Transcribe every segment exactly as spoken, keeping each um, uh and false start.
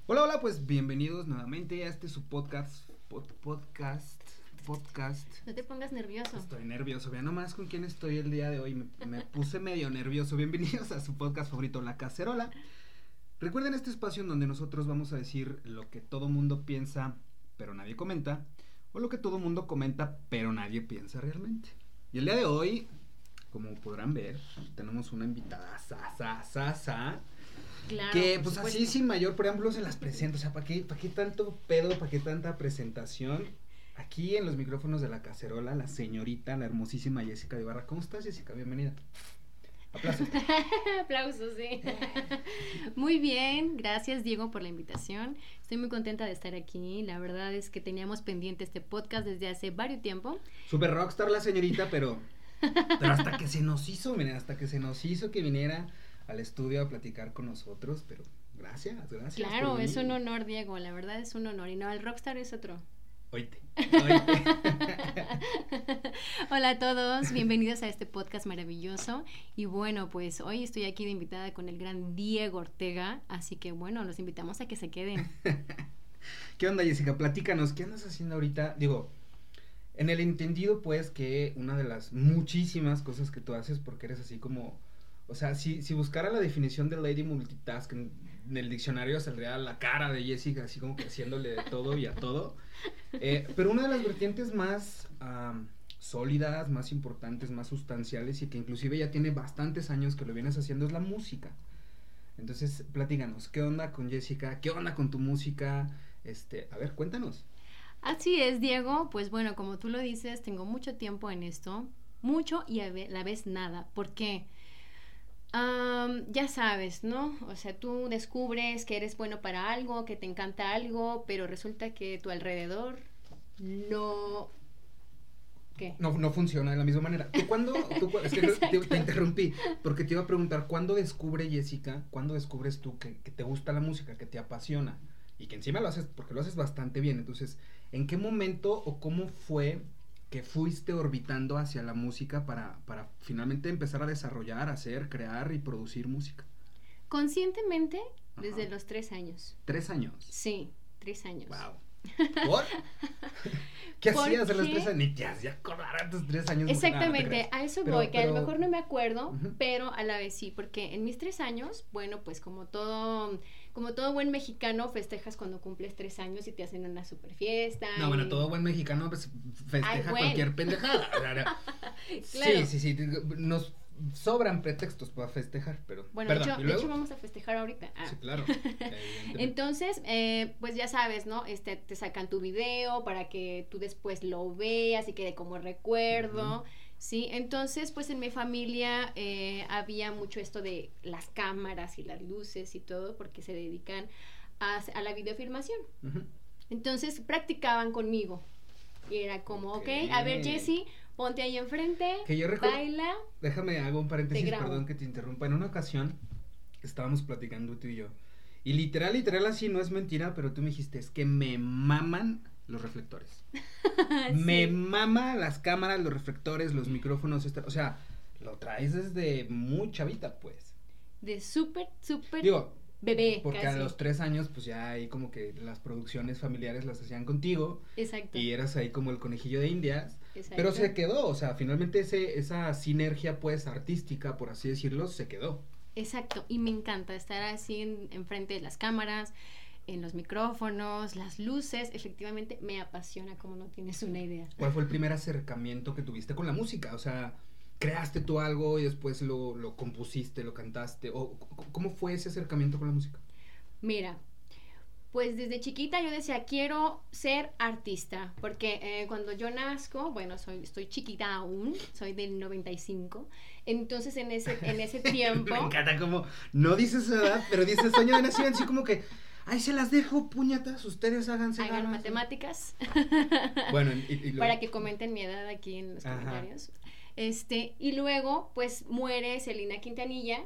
Hola, hola, pues bienvenidos nuevamente a este su podcast, pod, podcast, podcast. No te pongas nervioso. Estoy nervioso, vean nomás con quién estoy el día de hoy, me, me puse medio nervioso. Bienvenidos a su podcast favorito, La Cacerola. Recuerden este espacio en donde nosotros vamos a decir lo que todo mundo piensa, pero nadie comenta, o lo que todo mundo comenta, pero nadie piensa realmente. Y el día de hoy, como podrán ver, tenemos una invitada, sa, sa, sa, sa. Claro, que por pues supuesto. así sin mayor preámbulo se las presento, o sea, ¿para qué, para qué tanto pedo, para qué tanta presentación? Aquí en los micrófonos de La Cacerola, la señorita, la hermosísima Jessica de Ibarra. ¿Cómo estás, Jessica? Bienvenida. Aplausos. Aplausos, sí. Muy bien, gracias Diego por la invitación. Estoy muy contenta de estar aquí. La verdad es que teníamos pendiente este podcast desde hace varios tiempo. Super rockstar la señorita, pero, pero hasta que se nos hizo, miren, hasta que se nos hizo que viniera al estudio a platicar con nosotros, pero gracias, gracias. Claro, es un honor, Diego, la verdad es un honor. Y no, el rockstar es otro. Oíte, oíte. Hola a todos, bienvenidos a este podcast maravilloso. Y bueno, pues hoy estoy aquí de invitada con el gran Diego Ortega, así que bueno, los invitamos a que se queden. ¿Qué onda, Jessica? Platícanos, ¿qué andas haciendo ahorita? Digo, en el entendido, pues, que una de las muchísimas cosas que tú haces, porque eres así como... O sea, si, si buscara la definición de Lady Multitask en, en el diccionario saldría la cara de Jessica así como que haciéndole de todo y a todo. Eh, pero una de las vertientes más um, sólidas, más importantes, más sustanciales y que inclusive ya tiene bastantes años que lo vienes haciendo es la música. Entonces, platícanos, ¿qué onda con Jessica? ¿Qué onda con tu música? Este, a ver, cuéntanos. Así es, Diego, pues bueno, como tú lo dices, tengo mucho tiempo en esto, mucho y a la vez nada. ¿Por qué? Um, ya sabes, ¿no? O sea, tú descubres que eres bueno para algo, que te encanta algo, pero resulta que tu alrededor no... ¿Qué? No, no funciona de la misma manera. ¿Tú cuándo? Tú, es que te, te interrumpí, porque te iba a preguntar, ¿cuándo descubre Jessica, cuándo descubres tú que, que te gusta la música, que te apasiona? Y que encima lo haces, porque lo haces bastante bien. Entonces, ¿en qué momento o cómo fue que fuiste orbitando hacia la música para, para finalmente empezar a desarrollar, hacer, crear y producir música? Conscientemente, desde Ajá. los tres años. ¿Tres años? Sí, tres años. Wow. ¿Por? ¿Qué ¿Por hacías a los qué? tres años? Ni te hacía acordar a tus tres años. Exactamente, No, a eso pero, voy, que pero... a lo mejor no me acuerdo, uh-huh. pero a la vez sí, porque en mis tres años, bueno, pues como todo, como todo buen mexicano, festejas cuando cumples tres años y te hacen una super fiesta. No, y... bueno, todo buen mexicano pues, festeja Ay, bueno. cualquier pendejada. Claro. Sí, sí, sí, nos sobran pretextos para festejar, pero... Bueno, perdón, de, hecho, ¿y de luego? hecho vamos a festejar ahorita. Ah. Sí, claro. Entonces, eh, pues ya sabes, ¿no? Este, te sacan tu video para que tú después lo veas y quede como recuerdo, uh-huh. ¿Sí? Entonces, pues en mi familia eh, había mucho esto de las cámaras y las luces y todo, porque se dedican a, a la videofilmación. Uh-huh. Entonces, practicaban conmigo. Y era como, okay. ok, a ver, Jessie, ponte ahí enfrente, que yo recuerdo, baila. Déjame hago un paréntesis, perdón que te interrumpa. En una ocasión estábamos platicando tú y yo. Y literal, literal así, no es mentira, pero tú me dijiste, es que me maman los reflectores. Sí. Me mama las cámaras, los reflectores, los micrófonos, esta, o sea, lo traes desde muy chavita, pues. De súper, súper Digo, bebé, porque casi. A los tres años, pues ya ahí como que las producciones familiares las hacían contigo. Exacto. Y eras ahí como el conejillo de indias. Exacto. Pero se quedó, o sea, finalmente ese, esa sinergia, pues, artística, por así decirlo, se quedó. Exacto, y me encanta estar así en, enfrente de las cámaras, en los micrófonos, las luces, efectivamente me apasiona como no tienes una idea. ¿Cuál fue el primer acercamiento que tuviste con la música? O sea, ¿creaste tú algo y después lo, lo compusiste, lo cantaste? ¿O cómo fue ese acercamiento con la música? Mira, pues desde chiquita yo decía, quiero ser artista, porque eh, cuando yo nazco, bueno, soy estoy chiquita aún, soy del noventa y cinco, entonces en ese en ese tiempo... Me encanta como, no dices edad, pero dices año de nacimiento, así como que, ay, se las dejo, puñetas, ustedes háganse Hagan ganas. matemáticas. Bueno, y, y luego... Para que comenten mi edad aquí en los comentarios. Ajá. Este, y luego, pues, muere Selena Quintanilla,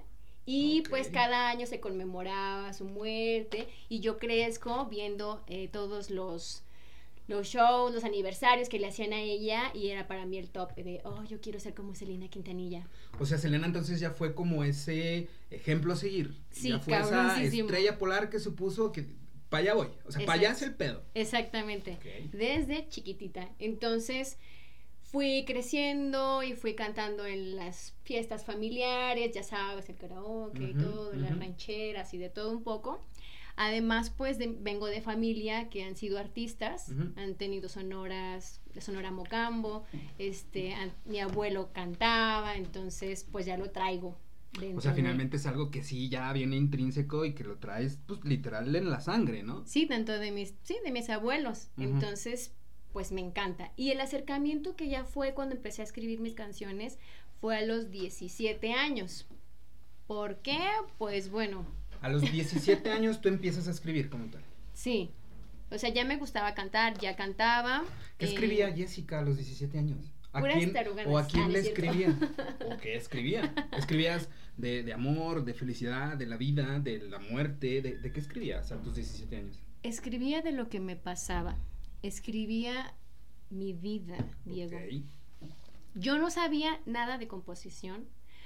y okay. pues cada año se conmemoraba su muerte y yo crezco viendo eh, todos los los shows, los aniversarios que le hacían a ella y era para mí el top de, oh, yo quiero ser como Selena Quintanilla. O sea, Selena entonces ya fue como ese ejemplo a seguir. Sí, ya fue esa estrella polar que supuso que para allá voy, o sea, para allá es el pedo. Exactamente, Okay. Desde chiquitita. Entonces fui creciendo y fui cantando en las fiestas familiares, ya sabes, el karaoke uh-huh, y todo, uh-huh. las rancheras y de todo un poco. Además, pues, de, vengo de familia que han sido artistas, uh-huh. han tenido sonoras, de Sonora Mocambo, este, a, mi abuelo cantaba, entonces, pues, ya lo traigo. O sea, finalmente de... es algo que sí ya viene intrínseco y que lo traes, pues, literal en la sangre, ¿no? Sí, tanto de mis, sí, de mis abuelos, uh-huh. entonces, pues, me encanta. Y el acercamiento que ya fue cuando empecé a escribir mis canciones fue a los diecisiete años. ¿Por qué? Pues, bueno... A los diecisiete años tú empiezas a escribir como tal. Sí, o sea, ya me gustaba cantar, ya cantaba. ¿Qué eh, escribía Jessica a los diecisiete años? ¿A puras quién, taruganas. ¿O a quién ah, le es escribía? ¿O qué escribía? ¿Escribías de, de amor, de felicidad, de la vida, de la muerte? ¿De, de qué escribías a tus diecisiete años? Escribía de lo que me pasaba, escribía mi vida, Diego. Okay. Yo no sabía nada de composición.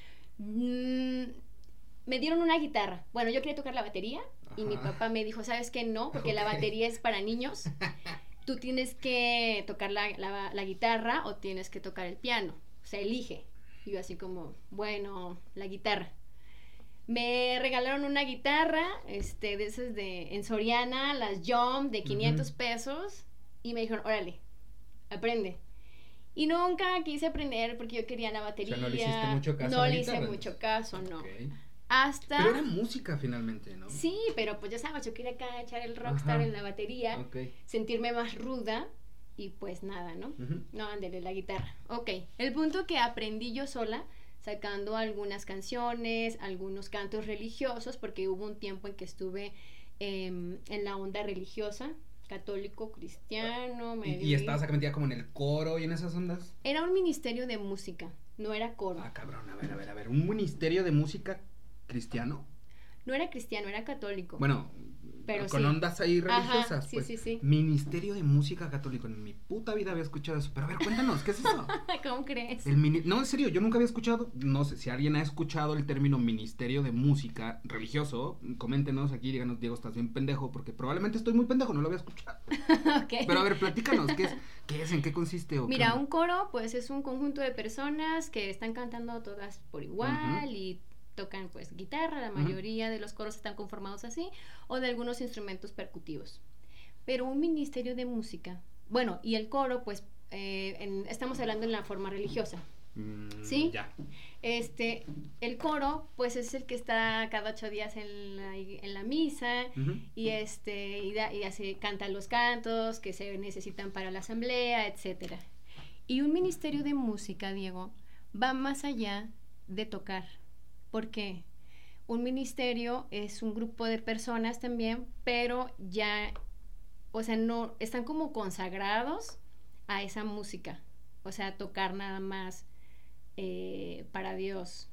Mm, me dieron una guitarra. Bueno, yo quería tocar la batería. Ajá. Y mi papá me dijo, ¿sabes qué? No, porque okay. la batería es para niños. Tú tienes que tocar la, la, la guitarra o tienes que tocar el piano. O sea, elige. Y yo así como, bueno, la guitarra. Me regalaron una guitarra, este, de esas de, en Soriana, las Jump, de quinientos uh-huh. pesos. Y me dijeron, órale, aprende. Y nunca quise aprender porque yo quería la batería. O sea, no le hiciste mucho caso No a la le hice guitarra. mucho caso, no. Okay. Hasta... Pero era música finalmente, ¿no? Sí, pero pues ya sabes, yo quería acá echar el rockstar Ajá. en la batería, okay. sentirme más ruda y pues nada, ¿no? Uh-huh. No, ándele, la guitarra. Ok, el punto que aprendí yo sola, sacando algunas canciones, algunos cantos religiosos, porque hubo un tiempo en que estuve eh, en la onda religiosa, católico, cristiano. ¿Y, ¿Y estabas acá metida como en el coro y en esas ondas? Era un ministerio de música, no era coro. Ah, cabrón, a ver, a ver, a ver, ¿un ministerio de música cristiano? No era cristiano, era católico. Bueno, pero con sí. ondas ahí religiosas. Ajá, sí, pues, sí, sí. Ministerio de música católico. En mi puta vida había escuchado eso. Pero a ver, cuéntanos, ¿qué es eso? ¿Cómo crees? El mini... No, en serio, yo nunca había escuchado. No sé si alguien ha escuchado el término ministerio de música religioso. Coméntenos aquí, díganos, Diego, estás bien pendejo. Porque probablemente estoy muy pendejo, no lo había escuchado. Okay. Pero a ver, platícanos, ¿qué es? ¿Qué es? ¿En qué consiste? O Mira, qué? Un coro, pues es un conjunto de personas que están cantando todas por igual uh-huh. y tocan pues guitarra, la mayoría uh-huh. de los coros están conformados así, o de algunos instrumentos percutivos. Pero un ministerio de música, bueno, y el coro, pues, eh, en, estamos hablando en la forma religiosa, mm, ¿sí? Ya. Este, el coro, pues, es el que está cada ocho días en la, en la misa, uh-huh. y este, y, da, y hace, canta los cantos que se necesitan para la asamblea, etcétera. Y un ministerio de música, Diego, va más allá de tocar. ¿Por qué? Un ministerio es un grupo de personas también, pero ya, o sea, no, están como consagrados a esa música, o sea, tocar nada más eh, para Dios.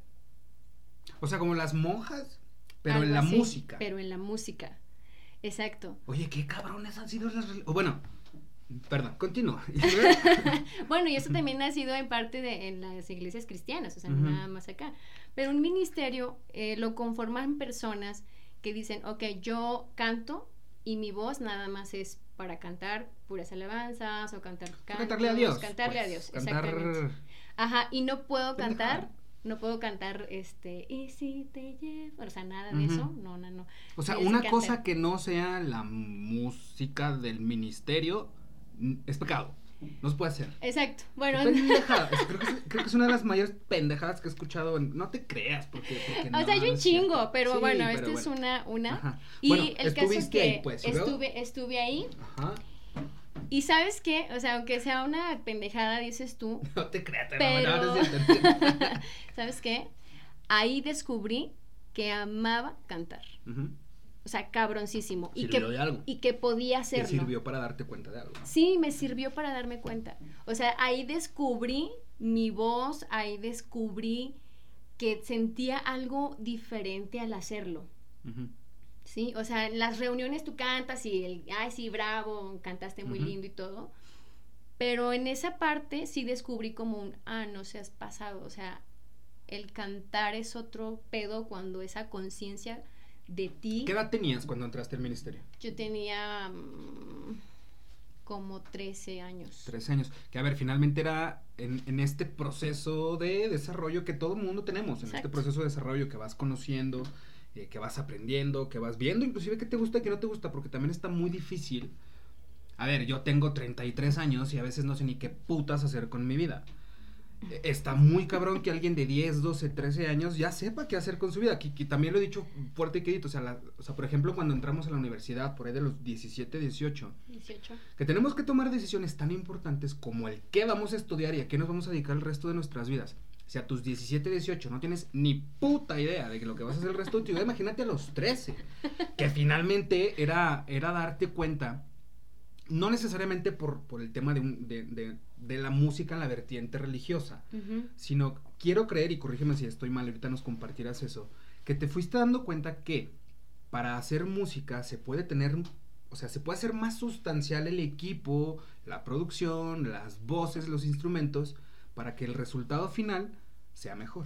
O sea, como las monjas, pero Algo en la así, música. Pero en la música, exacto. Oye, qué cabrones han sido las... Rel- bueno... Perdón, continúa. Bueno, y eso también ha sido en parte de en las iglesias cristianas, o sea, uh-huh. nada más acá. Pero un ministerio eh, lo conforman personas que dicen, ok, yo canto y mi voz nada más es para cantar puras alabanzas o cantar cantos, cantarle a Dios. Cantarle pues, a Dios, cantar... exactamente. Ajá, y no puedo Pendejada. cantar, no puedo cantar, este, y si te llevo, o sea, nada de uh-huh. eso, no, no, no. O sea, Tienes una que cosa cantar. que no sea la música del ministerio es pecado. No se puede hacer. Exacto. Bueno, pendejada. creo, que es, creo que es una de las mayores pendejadas que he escuchado. En, no te creas, porque, porque o no, sea, yo no un es chingo, cierto. pero sí, bueno, pero esta bueno. es una, una. Ajá. Y bueno, el caso es que ahí, pues, estuve, estuve ahí. Ajá. Y ¿sabes qué? O sea, aunque sea una pendejada, dices tú. No te creas, pero... no, no, no es cierto. ¿Sabes qué? Ahí descubrí que amaba cantar. Uh-huh. O sea, cabroncísimo. Y ¿Sirvió que, de algo? y que podía hacerlo. ¿Te sirvió para darte cuenta de algo? Sí, me sirvió para darme cuenta. O sea, ahí descubrí mi voz, ahí descubrí que sentía algo diferente al hacerlo. Uh-huh. Sí, o sea, en las reuniones tú cantas y el, ay, sí, bravo, cantaste muy uh-huh. lindo y todo. Pero en esa parte sí descubrí como un, ah, no seas pasado. O sea, el cantar es otro pedo cuando esa conciencia de ti. ¿Qué edad tenías cuando entraste al ministerio? Yo tenía um, como trece años. trece años. Que a ver, finalmente era en, en este proceso de desarrollo que todo mundo tenemos, en Exacto. este proceso de desarrollo que vas conociendo, eh, que vas aprendiendo, que vas viendo, inclusive qué te gusta y qué no te gusta, porque también está muy difícil. A ver, yo tengo treinta y tres años y a veces no sé ni qué putas hacer con mi vida. Está muy cabrón que alguien de diez, doce, trece años ya sepa qué hacer con su vida. Que, que también lo he dicho fuerte y querido. O sea, la, o sea, por ejemplo, cuando entramos a la universidad, por ahí de los diecisiete, dieciocho, dieciocho. que tenemos que tomar decisiones tan importantes como el qué vamos a estudiar y a qué nos vamos a dedicar el resto de nuestras vidas. O sea, a tus diecisiete, dieciocho no tienes ni puta idea de lo que vas a hacer el resto de tu vida. Imagínate a los trece, que finalmente era, era darte cuenta. No necesariamente por, por el tema de, un, de, de, de la música en la vertiente religiosa, uh-huh. sino quiero creer, y corrígeme si estoy mal, ahorita nos compartirás eso, que te fuiste dando cuenta que para hacer música se puede tener, o sea, se puede hacer más sustancial el equipo, la producción, las voces, los instrumentos, para que el resultado final sea mejor.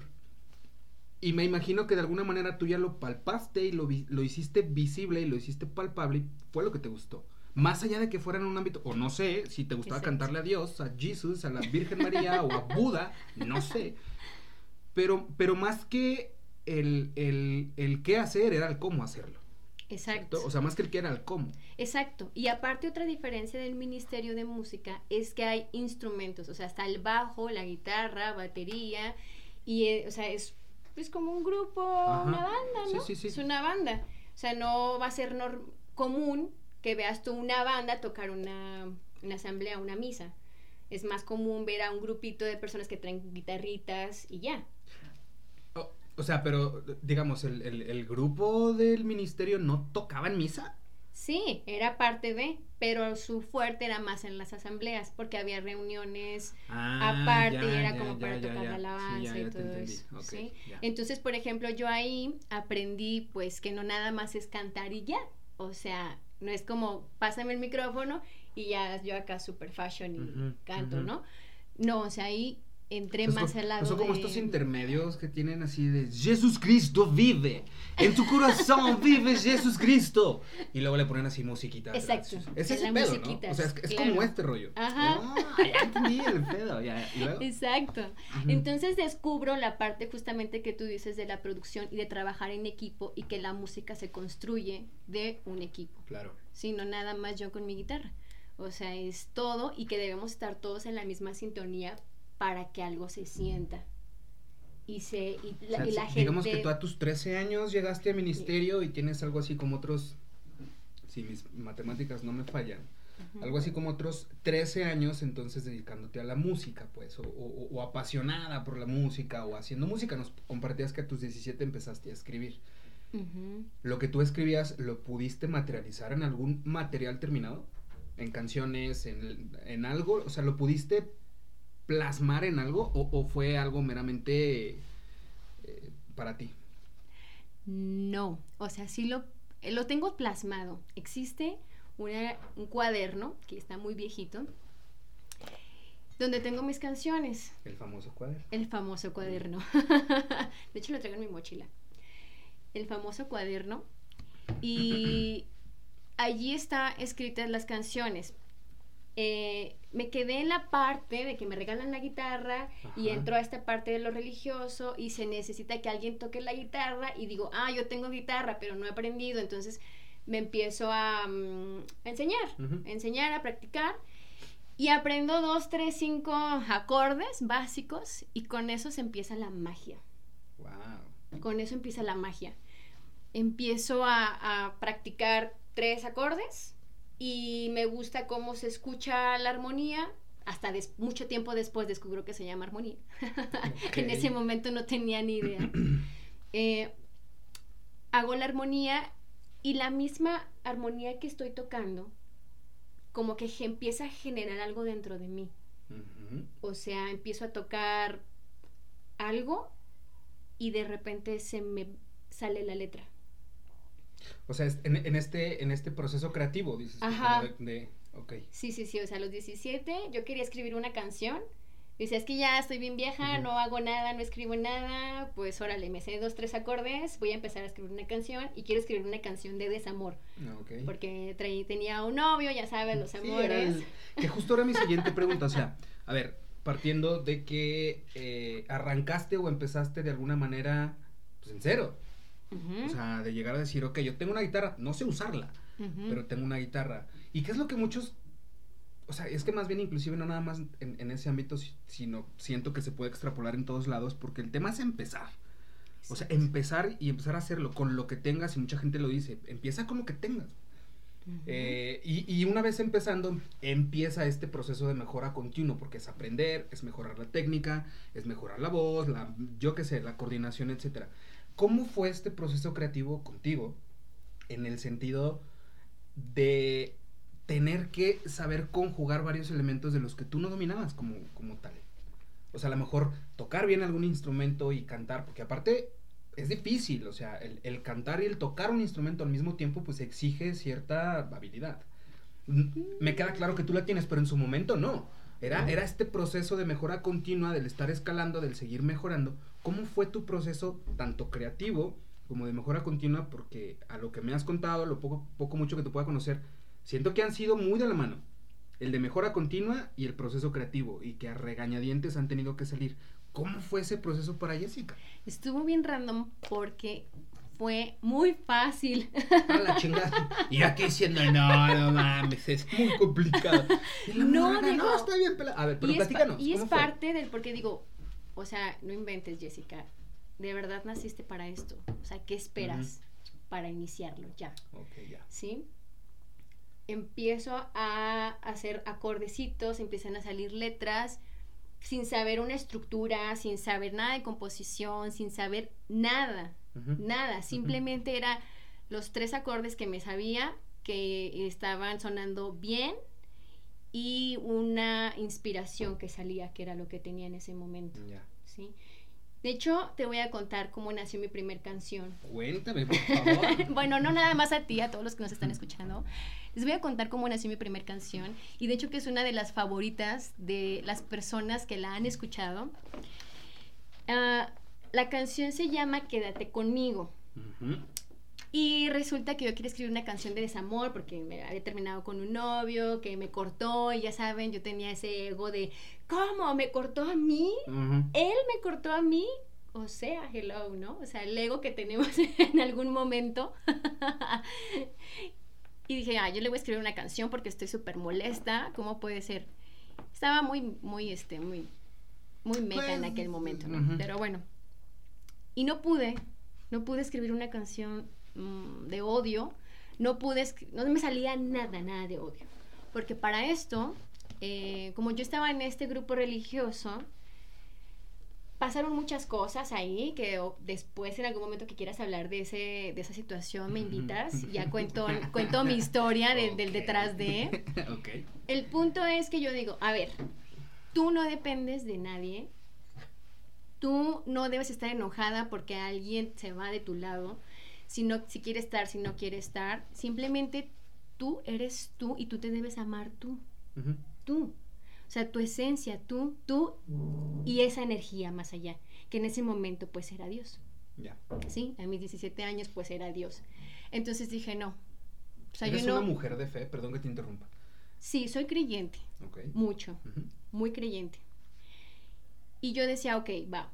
Y me imagino que de alguna manera tú ya lo palpaste y lo, lo hiciste visible y lo hiciste palpable y fue lo que te gustó. Más allá de que fuera en un ámbito, o no sé, si te gustaba Exacto. cantarle a Dios, a Jesús, a la Virgen María o a Buda, no sé. Pero, pero más que el, el, el qué hacer, era el cómo hacerlo. Exacto. ¿Cierto? O sea, más que el qué era el cómo. Exacto. Y aparte otra diferencia del Ministerio de Música es que hay instrumentos, o sea, está el bajo, la guitarra, batería, y eh, o sea, es, es como un grupo, Ajá. una banda, ¿no? Sí, sí, sí. Es una banda. O sea, no va a ser norm- común que veas tú una banda tocar una, una asamblea, una misa. Es más común ver a un grupito de personas que traen guitarritas y ya. Oh, o sea, pero, digamos, ¿el, el, el grupo del ministerio no tocaba en misa? Sí, era parte de, pero su fuerte era más en las asambleas, porque había reuniones ah, aparte ya, y era ya, como ya, para ya, tocar ya. la alabanza Sí, ya, y ya todo eso. Okay, ¿sí? ya. Entonces, por ejemplo, yo ahí aprendí pues que no nada más es cantar y ya. O sea, no es como, pásame el micrófono y ya yo acá super fashion y uh-huh, canto, uh-huh. ¿no? No, o sea, ahí entré pues más co- al lado pues son como de... estos intermedios que tienen así de Jesús Cristo vive, en tu corazón vive Jesús Cristo. Y luego le ponen así musiquita. Exacto. Es ese pedo, ¿no? O sea, es, es claro. como este rollo. Ajá. Ah, ya entendí el pedo. Ya, ¿y luego? Exacto. Uh-huh. Entonces descubro la parte justamente que tú dices de la producción y de trabajar en equipo y que la música se construye de un equipo. Claro. Sí, no nada más yo con mi guitarra. O sea, es todo y que debemos estar todos en la misma sintonía para que algo se sienta. Y se y la, o sea, y la si, gente... Digamos que tú a tus trece años llegaste a ministerio sí. y tienes algo así como otros, si mis matemáticas no me fallan, uh-huh. algo así como otros trece años entonces dedicándote a la música, pues, o, o, o apasionada por la música o haciendo música. Nos compartías que a tus diecisiete empezaste a escribir. Uh-huh. Lo que tú escribías, ¿lo pudiste materializar en algún material terminado? ¿En canciones, en, en algo? O sea, ¿lo pudiste plasmar en algo o, o fue algo meramente eh, para ti? No, o sea, sí lo, lo tengo plasmado. Existe una, un cuaderno que está muy viejito donde tengo mis canciones. El famoso cuaderno. El famoso cuaderno. De hecho lo traigo en mi mochila. El famoso cuaderno. Y allí están escritas las canciones. Eh, me quedé en la parte de que me regalan la guitarra. Ajá. Y entro a esta parte de lo religioso y se necesita que alguien toque la guitarra y digo, ah, yo tengo guitarra pero no he aprendido, entonces me empiezo a, um, a enseñar, uh-huh. a enseñar, a practicar y aprendo dos, tres, cinco acordes básicos y con eso se empieza la magia. Wow. Con eso empieza la magia. Empiezo a, a practicar tres acordes y me gusta cómo se escucha la armonía. Hasta des- mucho tiempo después descubro que se llama armonía. Okay. En ese momento no tenía ni idea. eh, hago la armonía y la misma armonía que estoy tocando como que ge- empieza a generar algo dentro de mí. Uh-huh. O sea, empiezo a tocar algo y de repente se me sale la letra. O sea, en, en este en este proceso creativo, dices. Ajá. De, de, okay. Sí, sí, sí, o sea, a los diecisiete yo quería escribir una canción, Dice, es que ya estoy bien vieja, uh-huh. no hago nada, no escribo nada, pues órale, me sé dos, tres acordes, voy a empezar a escribir una canción y quiero escribir una canción de desamor. Okay. Porque traí, tenía un novio, ya sabes, los sí, amores. El, que justo era mi siguiente pregunta, o sea, a ver, partiendo de que eh, arrancaste o empezaste de alguna manera, pues en cero. Uh-huh. O sea, de llegar a decir, ok, yo tengo una guitarra, no sé usarla, uh-huh. pero tengo una guitarra. ¿Y qué es lo que muchos... O sea, es que más bien inclusive no nada más en, en ese ámbito, sino siento que se puede extrapolar en todos lados, porque el tema es empezar. O sea, empezar y empezar a hacerlo con lo que tengas, y mucha gente lo dice, empieza con lo que tengas. Uh-huh. Eh, y, y una vez empezando, empieza este proceso de mejora continuo, porque es aprender, es mejorar la técnica, es mejorar la voz, la, yo qué sé, la coordinación, etcétera. ¿Cómo fue este proceso creativo contigo en el sentido de tener que saber conjugar varios elementos de los que tú no dominabas como, como tal? O sea, a lo mejor tocar bien algún instrumento y cantar, porque aparte es difícil, o sea, el, el cantar y el tocar un instrumento al mismo tiempo pues exige cierta habilidad. Me queda claro que tú la tienes, pero en su momento no. Era, era este proceso de mejora continua, del estar escalando, del seguir mejorando. ¿Cómo fue tu proceso tanto creativo como de mejora continua? Porque a lo que me has contado, lo poco, poco mucho que te pueda conocer, siento que han sido muy de la mano. El de mejora continua y el proceso creativo, y que a regañadientes han tenido que salir. ¿Cómo fue ese proceso para Jessica? Estuvo bien random porque fue muy fácil. A la chingada. Y aquí diciendo, no, no mames, es muy complicado. No, morana, digo, no, está bien pelado. A ver, pero y platícanos. Es, y es fue? parte del, porque digo, o sea, no inventes, Jessica. De verdad naciste para esto. O sea, ¿qué esperas uh-huh. para iniciarlo ya? Ok, ya. ¿Sí? Empiezo a hacer acordecitos, empiezan a salir letras, sin saber una estructura, sin saber nada de composición, sin saber nada, uh-huh. nada, simplemente uh-huh. era los tres acordes que me sabía, que estaban sonando bien, y una inspiración que salía, que era lo que tenía en ese momento, yeah. ¿sí? De hecho, te voy a contar cómo nació mi primer canción. Cuéntame, por favor. Bueno, no nada más a ti, a todos los que nos están escuchando. Les voy a contar cómo nació mi primer canción. Y de hecho que es una de las favoritas de las personas que la han escuchado. Uh, la canción se llama Quédate conmigo. Uh-huh. Y resulta que yo quería escribir una canción de desamor porque me había terminado con un novio que me cortó, y ya saben, yo tenía ese ego de ¿cómo? ¿Me cortó a mí? Uh-huh. ¿Él me cortó a mí? O sea, hello, ¿no? O sea, el ego que tenemos en algún momento. Y dije, ah, yo le voy a escribir una canción porque estoy súper molesta. ¿Cómo puede ser? Estaba muy, muy, este, muy, muy meta pues, en aquel momento, ¿no? Uh-huh. Pero bueno. Y no pude, no pude escribir una canción mmm, de odio. No pude, no me salía nada, nada de odio. Porque para esto, eh, como yo estaba en este grupo religioso, pasaron muchas cosas ahí que después en algún momento que quieras hablar de ese de esa situación me invitas, ya cuento cuento mi historia de, okay. del detrás de. Okay. El punto es que yo digo, a ver, tú no dependes de nadie, tú no debes estar enojada porque alguien se va de tu lado, si no, si quiere estar, si no quiere estar, simplemente tú eres tú y tú te debes amar tú, uh-huh. tú. O sea, tu esencia, tú, tú y esa energía más allá, que en ese momento pues era Dios. Ya. Sí, a mis diecisiete años pues era Dios. Entonces dije, no. O sea, ¿Eres yo no... una mujer de fe? Perdón que te interrumpa. Sí, soy creyente. Okay. Mucho. Uh-huh. Muy creyente. Y yo decía, ok, va.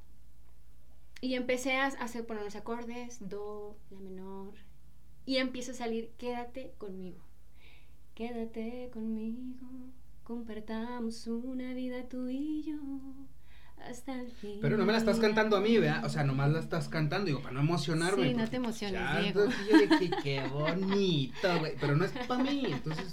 Y empecé a hacer, poner los acordes, do, la menor. Y empieza a salir, quédate conmigo. Quédate conmigo. Compartamos una vida tú y yo hasta el fin. Pero no me la estás cantando a mí, ¿verdad? O sea, nomás la estás cantando, digo, para no emocionarme. Sí, no te emociones, ya, Diego. Yo dije, qué bonito, güey. Pero no es para mí, entonces...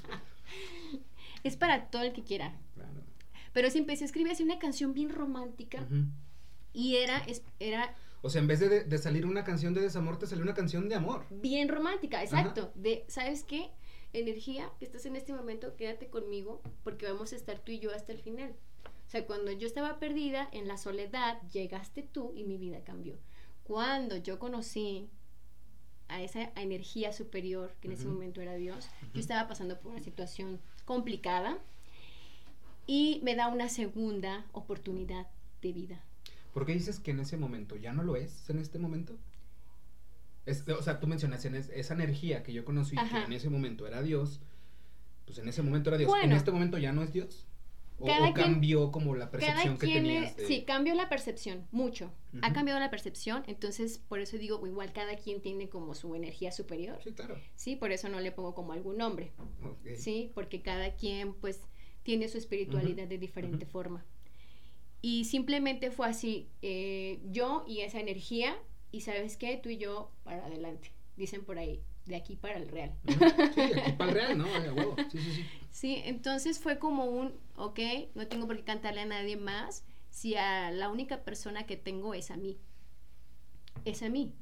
Es para todo el que quiera. Claro. Pero sí empecé a escribir así una canción bien romántica. Uh-huh. Y era, era... O sea, en vez de, de salir una canción de desamor, te salió una canción de amor. Bien romántica, exacto. Uh-huh. De, ¿sabes qué? Energía, que estás en este momento, quédate conmigo porque vamos a estar tú y yo hasta el final. O sea, cuando yo estaba perdida en la soledad, llegaste tú y mi vida cambió. Cuando yo conocí a esa energía superior, que en uh-huh. ese momento era Dios, uh-huh. yo estaba pasando por una situación complicada y me da una segunda oportunidad de vida. ¿Por qué dices que en ese momento ya no lo es, en este momento? Es, o sea, tú mencionas en es, esa energía que yo conocí, Ajá. que en ese momento era Dios, pues en ese momento era Dios. Bueno, ¿en este momento ya no es Dios? ¿O, o cambió quien, como la percepción que tenías? Es, de... Sí, cambió la percepción, mucho. Uh-huh. Ha cambiado la percepción, entonces por eso digo, igual cada quien tiene como su energía superior. Sí, claro. Sí, por eso no le pongo como algún nombre. Okay. Sí, porque cada quien pues tiene su espiritualidad uh-huh. de diferente uh-huh. forma. Y simplemente fue así, eh, yo y esa energía, y ¿sabes qué? Tú y yo para adelante, dicen por ahí, de aquí para el real. Sí, de aquí para el real, ¿no? Ay, huevo. Sí, sí, sí. Sí, entonces fue como un, ok, no tengo por qué cantarle a nadie más, si a la única persona que tengo es a mí, es a mí.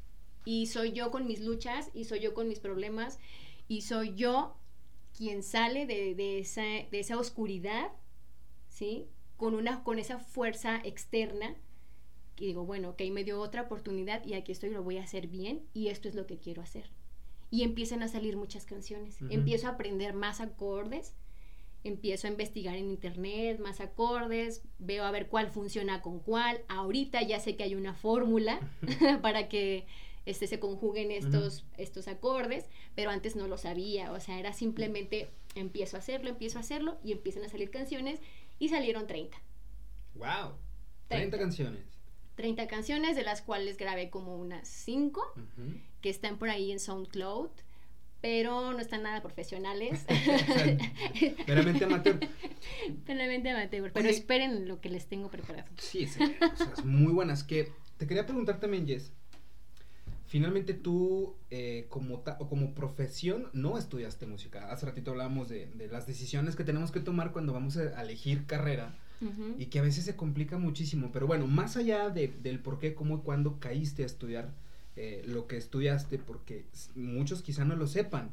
Y soy yo con mis luchas, y soy yo con mis problemas, y soy yo quien sale de, de, esa, de esa oscuridad, ¿sí? Con, una, con esa fuerza externa, que digo, bueno, ok, me dio otra oportunidad y aquí estoy, lo voy a hacer bien y esto es lo que quiero hacer. Y empiezan a salir muchas canciones, uh-huh. empiezo a aprender más acordes, empiezo a investigar en internet más acordes, veo a ver cuál funciona con cuál, ahorita ya sé que hay una fórmula uh-huh. para que este, se conjuguen estos, uh-huh. estos acordes, pero antes no lo sabía, o sea, era simplemente empiezo a hacerlo, empiezo a hacerlo y empiezan a salir canciones. Y salieron treinta. ¡Wow! treinta canciones. treinta canciones, de las cuales grabé como unas cinco, uh-huh. que están por ahí en SoundCloud, pero no están nada profesionales. O sea, meramente amateur. Meramente amateur, pero Oye, esperen lo que les tengo preparado. Sí, sí, o sea, es muy buenas. Que te quería preguntar también, Jess, finalmente tú, eh, como, ta- o como profesión, no estudiaste música. Hace ratito hablábamos de, de las decisiones que tenemos que tomar cuando vamos a, a elegir carrera, uh-huh. y que a veces se complica muchísimo. Pero bueno, más allá de, del por qué, cómo y cuándo caíste a estudiar eh, lo que estudiaste, porque muchos quizá no lo sepan,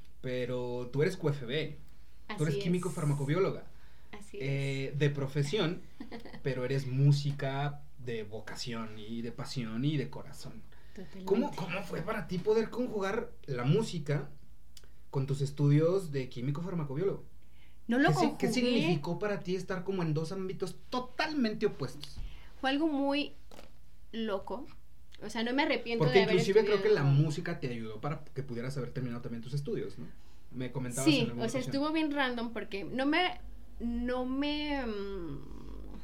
pero tú eres Q F B, Así tú eres es. químico farmacobióloga. Así eh, es. De profesión, pero eres música de vocación y de pasión y de corazón. ¿Cómo, ¿Cómo fue para ti poder conjugar la música con tus estudios de químico farmacobiólogo? No lo ¿Qué, conjugué. ¿Qué significó para ti estar como en dos ámbitos totalmente opuestos? Fue algo muy loco. O sea, no me arrepiento Porque de haber inclusive estudiado. creo que la música te ayudó para que pudieras haber terminado también tus estudios, ¿no? Me comentabas sí, en alguna o sea, ocasión. estuvo bien random porque no me... No me... Um,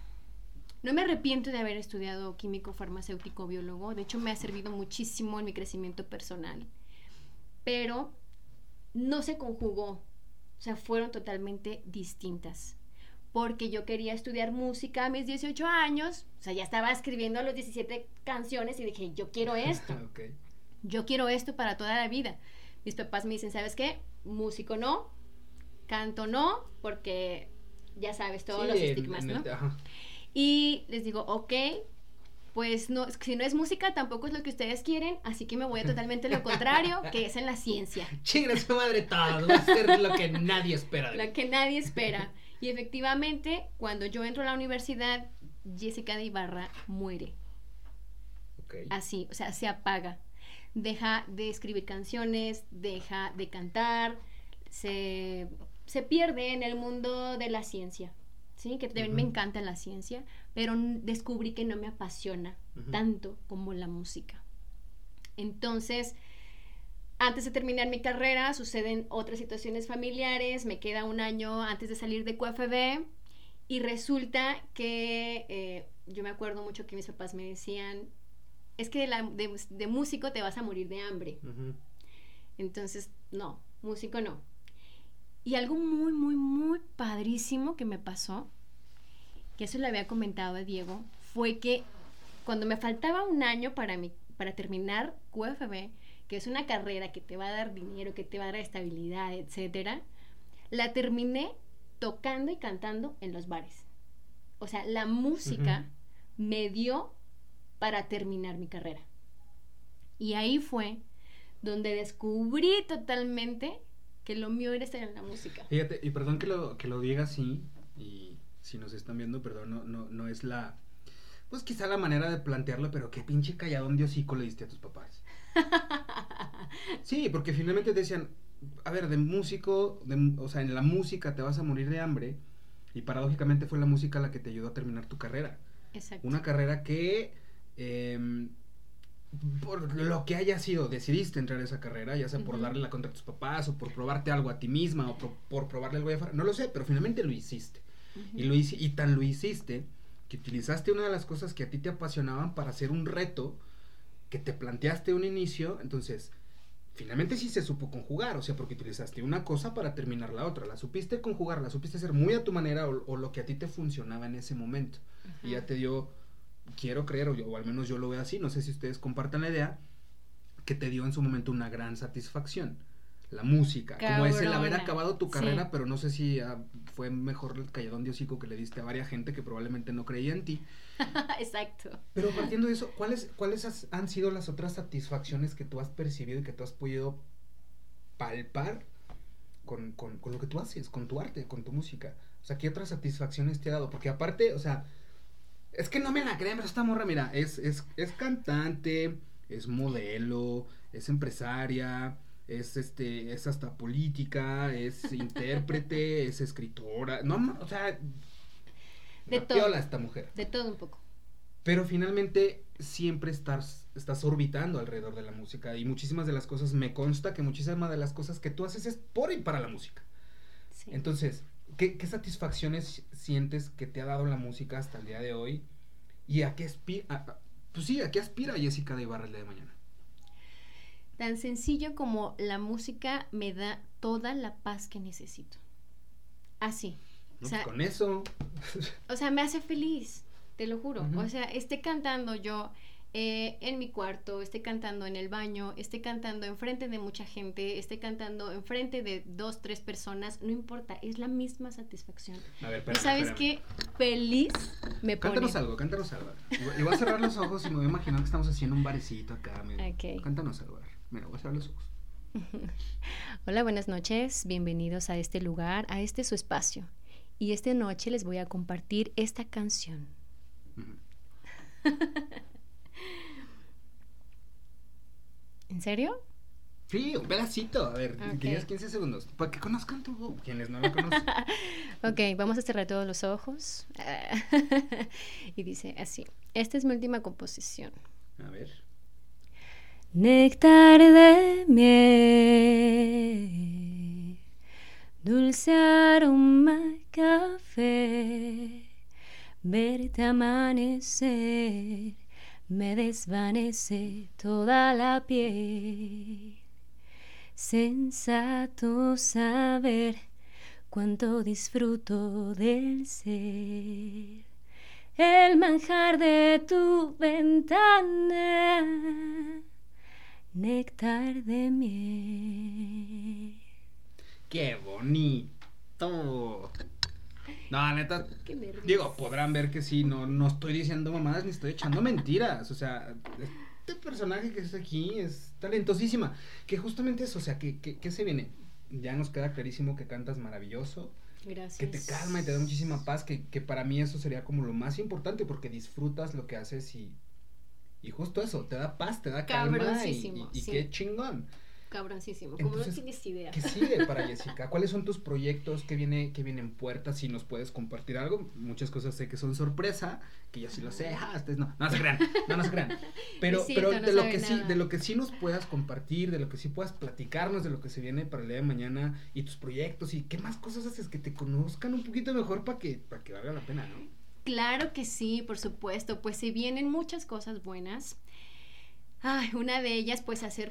No me arrepiento de haber estudiado químico, farmacéutico, biólogo. De hecho, me ha servido muchísimo en mi crecimiento personal. Pero no se conjugó. O sea, fueron totalmente distintas. Porque yo quería estudiar música a mis dieciocho años. O sea, ya estaba escribiendo a los diecisiete canciones y dije, yo quiero esto. Okay. Yo quiero esto para toda la vida. Mis papás me dicen, ¿sabes qué? Músico no, canto no, porque ya sabes, todos sí, los estigmas, en, en ¿no? El, ajá. Y les digo, ok, pues no, si no es música tampoco es lo que ustedes quieren, así que me voy a totalmente lo contrario, que es en la ciencia. Chinga su madre todo, va a ser lo que nadie espera. Lo que nadie espera. Y efectivamente, cuando yo entro a la universidad, Jessica de Ibarra muere. Okay. Así, o sea, se apaga. Deja de escribir canciones, deja de cantar, se, se pierde en el mundo de la ciencia. Sí, que también uh-huh. me encanta la ciencia, pero descubrí que no me apasiona uh-huh. tanto como la música. Entonces, antes de terminar mi carrera, suceden otras situaciones familiares, me queda un año antes de salir de Q F B, y resulta que, eh, yo me acuerdo mucho que mis papás me decían, es que de, la, de, de músico te vas a morir de hambre. Uh-huh. Entonces, no, músico no. Y algo muy, muy, muy padrísimo que me pasó, que eso le había comentado a Diego, fue que cuando me faltaba un año para, mi, para terminar Q F B, que es una carrera que te va a dar dinero, que te va a dar estabilidad, etcétera, la terminé tocando y cantando en los bares. O sea, la música uh-huh. me dio para terminar mi carrera. Y ahí fue donde descubrí totalmente que lo mío era estar en la música. Fíjate, y perdón que lo, que lo diga así, y si nos están viendo, perdón, no, no, no es la, pues quizá la manera de plantearlo, pero qué pinche calladón de hocico le diste a tus papás. Sí, porque finalmente te decían, a ver, de músico, de, o sea, en la música te vas a morir de hambre, Y paradójicamente fue la música la que te ayudó a terminar tu carrera. Exacto. Una carrera que, eh, por lo que haya sido, decidiste entrar a esa carrera, ya sea por uh-huh. darle la contra a tus papás, o por probarte algo a ti misma, o por, por probarle algo afuera, no lo sé, pero finalmente lo hiciste. Uh-huh. Y, lo hici- y tan lo hiciste que utilizaste una de las cosas que a ti te apasionaban para hacer un reto que te planteaste un inicio, entonces finalmente sí se supo conjugar, o sea, porque utilizaste una cosa para terminar la otra, la supiste conjugar, la supiste hacer muy a tu manera, o, o lo que a ti te funcionaba en ese momento, uh-huh. y ya te dio, quiero creer, o, yo, o al menos yo lo veo así, no sé si ustedes compartan la idea, que te dio en su momento una gran satisfacción, la música, Cabrona. Como es el haber acabado tu carrera, sí. Pero no sé si uh, fue mejor el calladón de hocico que le diste a varias gente que probablemente no creía en ti. Exacto. Pero partiendo de eso, ¿cuáles, cuáles has, han sido las otras satisfacciones que tú has percibido y que tú has podido palpar con, con, con lo que tú haces, con tu arte, con tu música? O sea, ¿qué otras satisfacciones te ha dado? Porque aparte, o sea, es que no me la creen, pero esta morra, mira, es, es, es cantante, es modelo, es empresaria, es este, es hasta política, es intérprete, es escritora, no, o sea, de todo, esta mujer. De todo un poco. Pero finalmente siempre estás, estás orbitando alrededor de la música y muchísimas de las cosas, me consta que muchísimas de las cosas que tú haces es por y para la música. Sí. Entonces, ¿qué, qué satisfacciones sientes que te ha dado la música hasta el día de hoy? ¿Y a qué aspira, pues sí, a qué aspira Jessica de Ibarra el día de mañana? Tan sencillo como la música me da toda la paz que necesito. Así. No, o sea, pues con eso. O sea, me hace feliz, te lo juro. Uh-huh. O sea, esté cantando yo eh, en mi cuarto, esté cantando en el baño, esté cantando enfrente de mucha gente, esté cantando enfrente de dos, tres personas, no importa, es la misma satisfacción. A ver, espérame, ¿Y sabes espérame. qué? Feliz me pone. Cántanos algo, cántanos algo. Y voy a cerrar los ojos y me voy a imaginar que estamos haciendo un barecito acá. Mira. Okay. Cántanos algo. Mira, voy a cerrar los ojos. Hola, buenas noches. Bienvenidos a este lugar, a este su espacio. Y esta noche les voy a compartir esta canción. Uh-huh. ¿En serio? Sí, un pedacito. A ver, okay. Tienes quince segundos. Para que conozcan tu... Quienes no la conocen. Ok, vamos a cerrar todos los ojos. Y dice así. Esta es mi última composición. A ver. Néctar de miel, dulce aroma café, verte amanecer me desvanece toda la piel. Sensato saber cuánto disfruto del ser, el manjar de tu ventana, néctar de miel. ¡Qué bonito! No, neta, digo, podrán ver que sí, no, no estoy diciendo mamadas ni estoy echando mentiras. O sea, este personaje que está aquí es talentosísima. Que justamente eso, o sea, que, que, que se viene. Ya nos queda clarísimo que cantas maravilloso. Gracias. Que te calma y te da muchísima paz. Que, que para mí eso sería como lo más importante, porque disfrutas lo que haces y, y justo eso, te da paz, te da calma y, y, y sí. Qué chingón. Cabroncísimo, como entonces, no tienes idea. ¿Qué sigue para Jessica? ¿Cuáles son tus proyectos? ¿Qué viene, qué viene en puerta? Si nos puedes compartir algo. Muchas cosas sé que son sorpresa, que yo sí lo sé. Ah, ustedes no, no se crean, no, no se crean. Pero, cierto, pero de no lo que nada. sí, de lo que sí nos puedas compartir, de lo que sí puedas platicarnos, de lo que se viene para el día de mañana y tus proyectos y qué más cosas haces que te conozcan un poquito mejor para que, para que valga la pena, ¿no? Claro que sí, por supuesto. Pues se vienen muchas cosas buenas. Ay, una de ellas, pues hacer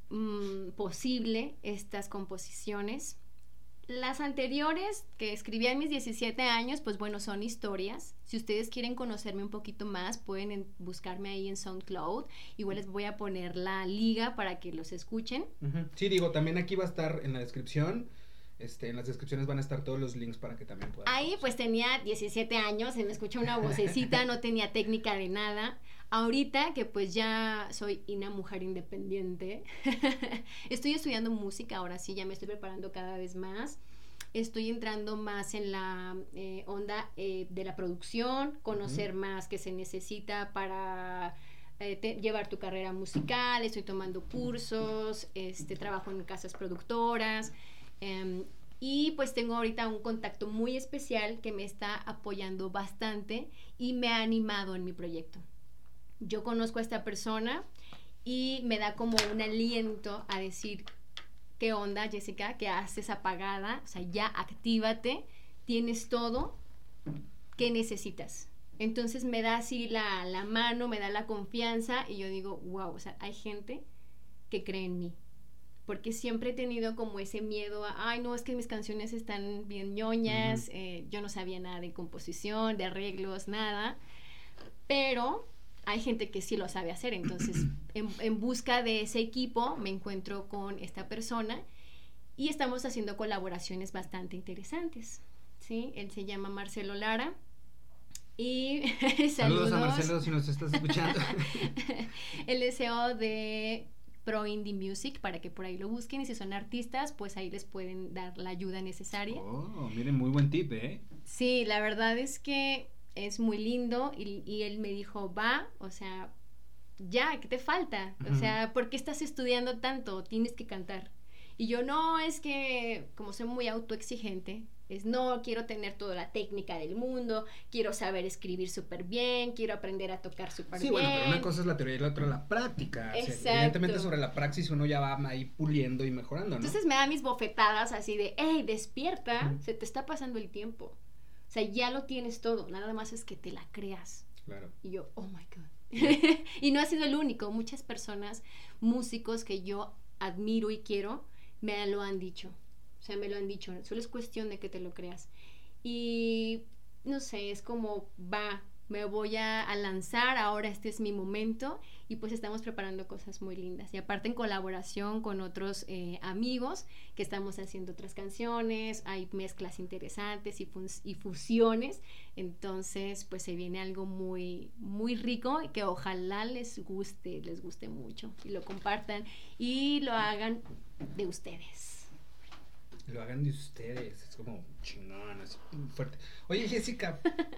posible estas composiciones. Las anteriores que escribí a mis diecisiete años, pues bueno, son historias. Si ustedes quieren conocerme un poquito más, pueden en, buscarme ahí en SoundCloud. Igual les voy a poner la liga para que los escuchen. Uh-huh. Sí, digo, también aquí va a estar en la descripción. Este, en las descripciones van a estar todos los links para que también puedan. Ahí pues tenía diecisiete años, se me escucha una vocecita, no tenía técnica de nada. Ahorita que pues ya soy una mujer independiente, estoy estudiando música, ahora sí, ya me estoy preparando cada vez más. Estoy entrando más en la eh, onda eh, de la producción, conocer uh-huh. más qué se necesita para eh, te, llevar tu carrera musical. Estoy tomando cursos, este, trabajo en casas productoras. Um, y Y pues tengo ahorita un contacto muy especial que me está apoyando bastante y me ha animado en mi proyecto. Yo conozco a esta persona y me da como un aliento a decir, ¿qué onda, Jessica? ¿Qué haces apagada? O sea, ya actívate, tienes todo, ¿qué necesitas? Entonces me da así la, la mano, me da la confianza y yo digo, wow, o sea, hay gente que cree en mí. Porque siempre he tenido como ese miedo a, ay, no, es que mis canciones están bien ñoñas, uh-huh. eh, yo no sabía nada de composición, de arreglos, nada, pero hay gente que sí lo sabe hacer. Entonces, en, en busca de ese equipo, me encuentro con esta persona y estamos haciendo colaboraciones bastante interesantes, ¿sí? Él se llama Marcelo Lara. Y saludos. Saludos a Marcelo si nos estás escuchando. El S E O de Pro Indie Music, para que por ahí lo busquen, y si son artistas, pues ahí les pueden dar la ayuda necesaria. Oh, miren, muy buen tip, ¿eh? Sí, la verdad es que es muy lindo y, y él me dijo, va, o sea, ya, ¿qué te falta? Uh-huh. O sea, ¿por qué estás estudiando tanto? Tienes que cantar. Y yo, no, es que como soy muy autoexigente, es no, quiero tener toda la técnica del mundo, quiero saber escribir súper bien, quiero aprender a tocar súper sí, bien. Sí, bueno, pero una cosa es la teoría y la otra la práctica. Exacto. O sea, evidentemente sobre la praxis uno ya va ahí puliendo y mejorando, ¿no? Entonces me da mis bofetadas así de, hey, despierta, uh-huh. se te está pasando el tiempo. O sea, ya lo tienes todo, nada más es que te la creas. Claro. Y yo, oh my God. Y no ha sido el único, muchas personas, músicos que yo admiro y quiero, me lo han dicho. O sea, me lo han dicho, solo es cuestión de que te lo creas. Y, no sé, es como, va, me voy a, a lanzar, ahora este es mi momento, y pues estamos preparando cosas muy lindas. Y aparte en colaboración con otros eh, amigos, que estamos haciendo otras canciones, hay mezclas interesantes y, fun- y fusiones, entonces pues se viene algo muy, muy rico, y que ojalá les guste, les guste mucho, y lo compartan, y lo hagan de ustedes. Lo hagan de ustedes, es como chingón, así fuerte. Oye, Jessica,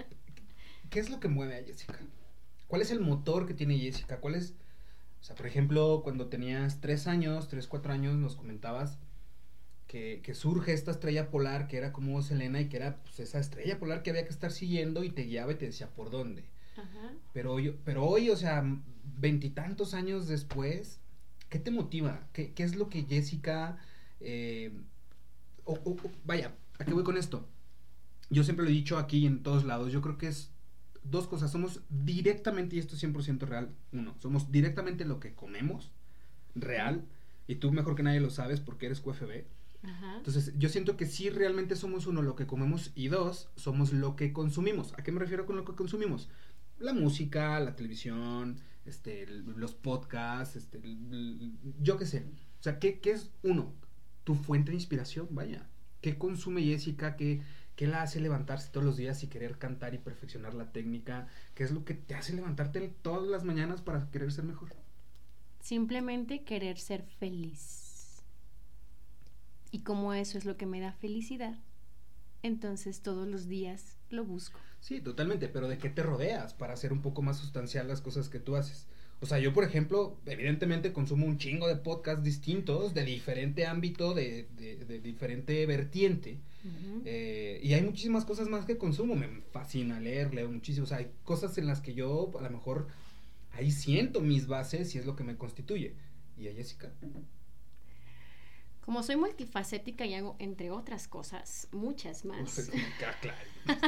¿qué es lo que mueve a Jessica? ¿Cuál es el motor que tiene Jessica? ¿Cuál es, o sea, por ejemplo, cuando tenías tres años, tres, cuatro años, nos comentabas que, que surge esta estrella polar que era como Selena y que era pues, esa estrella polar que había que estar siguiendo y te guiaba y te decía por dónde. Ajá. Pero hoy, pero hoy, o sea, veintitantos años después, ¿qué te motiva? ¿Qué, qué es lo que Jessica... Eh, O, o, o, vaya, ¿a qué voy con esto? Yo siempre lo he dicho aquí en todos lados, yo creo que es dos cosas, somos directamente, y esto es cien por ciento real, uno, somos directamente lo que comemos, real, y tú mejor que nadie lo sabes porque eres Q F B. Ajá. Entonces yo siento que sí realmente somos uno, lo que comemos, y dos, somos lo que consumimos. ¿A qué me refiero con lo que consumimos? La música, la televisión, este, los podcasts, este, yo qué sé, o sea, ¿qué, qué es uno? Tu fuente de inspiración, vaya. ¿Qué consume Jessica? ¿Qué, ¿Qué la hace levantarse todos los días y querer cantar y perfeccionar la técnica? ¿Qué es lo que te hace levantarte todas las mañanas para querer ser mejor? Simplemente querer ser feliz. Y como eso es lo que me da felicidad, entonces todos los días lo busco. Sí, totalmente, pero ¿de qué te rodeas para hacer un poco más sustancial las cosas que tú haces? O sea, yo, por ejemplo, evidentemente consumo un chingo de podcasts distintos, de diferente ámbito, de, de, de diferente vertiente. Uh-huh. Eh, y hay muchísimas cosas más que consumo. Me fascina leer, leo muchísimo. O sea, hay cosas en las que yo, a lo mejor, ahí siento mis bases y es lo que me constituye. ¿Y a Jessica? Como soy multifacética y hago, entre otras cosas, muchas más. Uf, claro.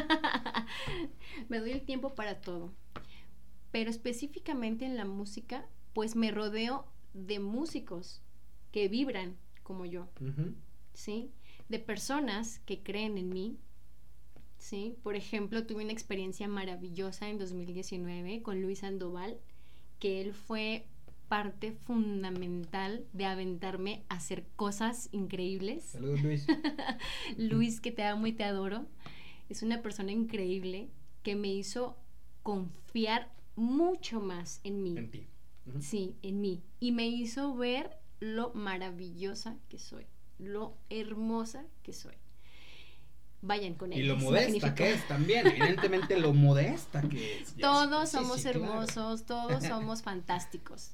Me doy el tiempo para todo. Pero específicamente en la música, pues me rodeo de músicos que vibran como yo, uh-huh. ¿sí? De personas que creen en mí, ¿sí? Por ejemplo, tuve una experiencia maravillosa en dos mil diecinueve con Luis Sandoval, que él fue parte fundamental de aventarme a hacer cosas increíbles. Saludos, Luis. Luis, que te amo y te adoro, es una persona increíble que me hizo confiar mucho más en mí. En ti. Uh-huh. Sí, en mí. Y me hizo ver lo maravillosa que soy, lo hermosa que soy. Vayan con él. Y lo modesta magnífico. Que es también, evidentemente lo modesta que es. Todos sí, somos sí, hermosos, claro. Todos somos fantásticos.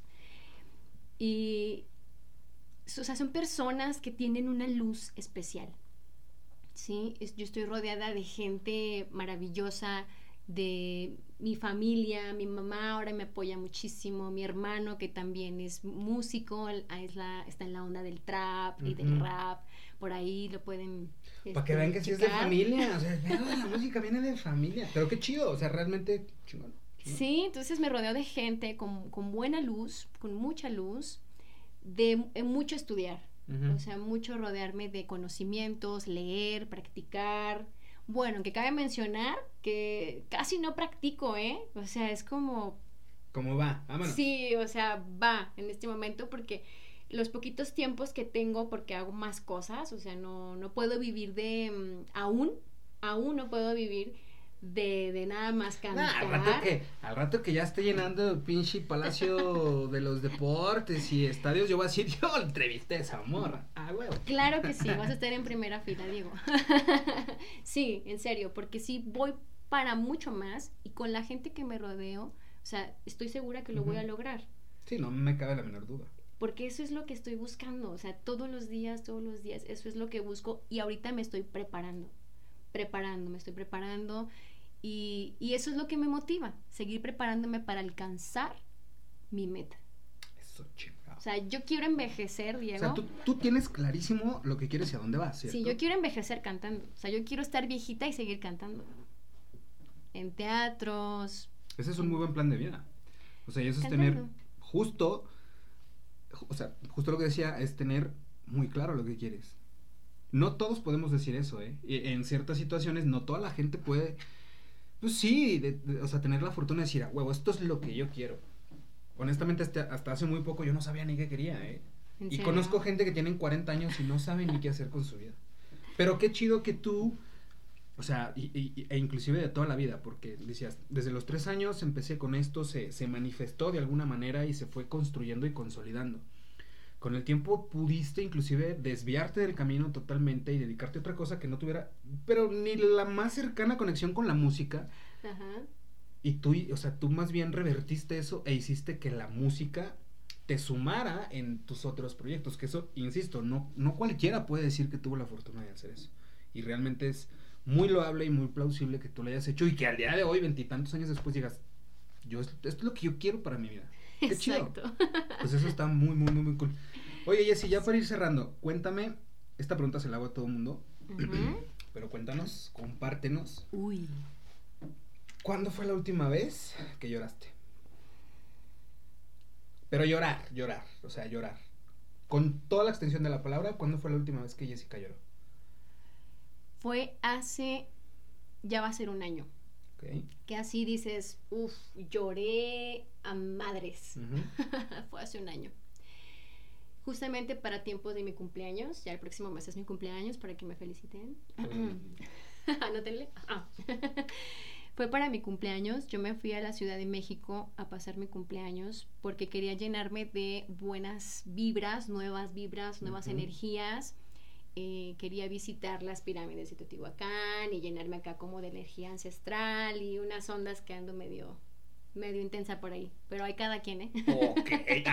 Y, o sea, son personas que tienen una luz especial. Sí, es- yo estoy rodeada de gente maravillosa, de mi familia, mi mamá ahora me apoya muchísimo, mi hermano que también es músico, él- ah, es la, está en la onda del trap y del Ujú. rap, por ahí lo pueden Para que este, vean que sí es de checar. familia, o sea, el pedo de la música viene de familia, pero qué chido, o sea, realmente chingón, chingón. Sí, entonces me rodeo de gente con, con buena luz, con mucha luz, de eh, mucho estudiar, Ujú. o sea, mucho rodearme de conocimientos, leer, practicar. Bueno, que cabe mencionar que casi no practico, ¿eh? O sea, es como, ¿Cómo va? Vámonos. sí, o sea, va en este momento porque los poquitos tiempos que tengo, porque hago más cosas, o sea, no, no puedo vivir de, mm, aún, aún no puedo vivir de, de nada más Nah, al rato cantar. que, al rato que ya esté llenando el pinche palacio de los deportes y estadios, yo voy a decir, yo entrevisté a esa morra. Ah, huevo. Claro que sí, vas a estar en primera fila, Diego. Sí, en serio, porque sí voy para mucho más y con la gente que me rodeo, o sea, estoy segura que lo voy a Ujú. lograr, Sí, no me cabe la menor duda. porque eso es lo que estoy buscando, o sea, todos los días, todos los días, eso es lo que busco y ahorita me estoy preparando, preparando, me estoy preparando y, y eso es lo que me motiva, seguir preparándome para alcanzar mi meta. Eso chingado. O sea, yo quiero envejecer, O Diego. sea, tú, tú tienes clarísimo lo que quieres y a dónde vas, ¿cierto? Sí, yo quiero envejecer cantando. O sea, yo quiero estar viejita y seguir cantando. En teatros. Ese es un muy en- buen plan de vida. O sea, y eso es tener Cantando. justo, ju- o sea, justo lo que decía es tener muy claro lo que quieres. No todos podemos decir eso, ¿eh? Y en ciertas situaciones no toda la gente puede, pues sí, de- de- o sea, tener la fortuna de decir, a huevo, esto es lo que yo quiero. Honestamente, hasta, hasta hace muy poco yo no sabía ni qué quería, ¿eh? ¿En Y serio? conozco gente que tienen cuarenta años y no saben ni qué hacer con su vida. Pero qué chido que tú, o sea, y, y- e inclusive de toda la vida, porque decías, desde los tres años empecé con esto, se, se manifestó de alguna manera y se fue construyendo y consolidando. Con el tiempo pudiste inclusive desviarte del camino totalmente y dedicarte a otra cosa que no tuviera, pero ni la más cercana conexión con la música. Ajá. Y tú, o sea, tú más bien revertiste eso e hiciste que la música te sumara en tus otros proyectos. Que eso, insisto, no, no cualquiera puede decir que tuvo la fortuna de hacer eso. Y realmente es muy loable y muy plausible que tú lo hayas hecho y que al día de hoy, veintitantos años después, digas, yo, esto es lo que yo quiero para mi vida. Qué chido. Exacto. Pues eso está muy, muy, muy, muy cool. Oye, Jessy, ya para ir cerrando, cuéntame, esta pregunta se la hago a todo el mundo, Ujú. pero cuéntanos, compártenos, Uy. ¿cuándo fue la última vez que lloraste? Pero llorar, llorar, o sea, llorar. Con toda la extensión de la palabra, ¿cuándo fue la última vez que Jessica lloró? Fue hace. Ya va a ser un año. Ok. Que así dices, uff, lloré a madres. Ujú. Fue hace un año. Justamente para tiempos de mi cumpleaños. Ya el próximo mes es mi cumpleaños para que me feliciten. Anótenle. Ah. Fue para mi cumpleaños. Yo me fui a la Ciudad de México a pasar mi cumpleaños porque quería llenarme de buenas vibras, nuevas vibras, nuevas Ujú. energías. Eh, quería visitar las pirámides de Teotihuacán y llenarme acá como de energía ancestral y unas ondas que ando medio medio intensa por ahí, pero hay cada quien, ¿eh? Ok.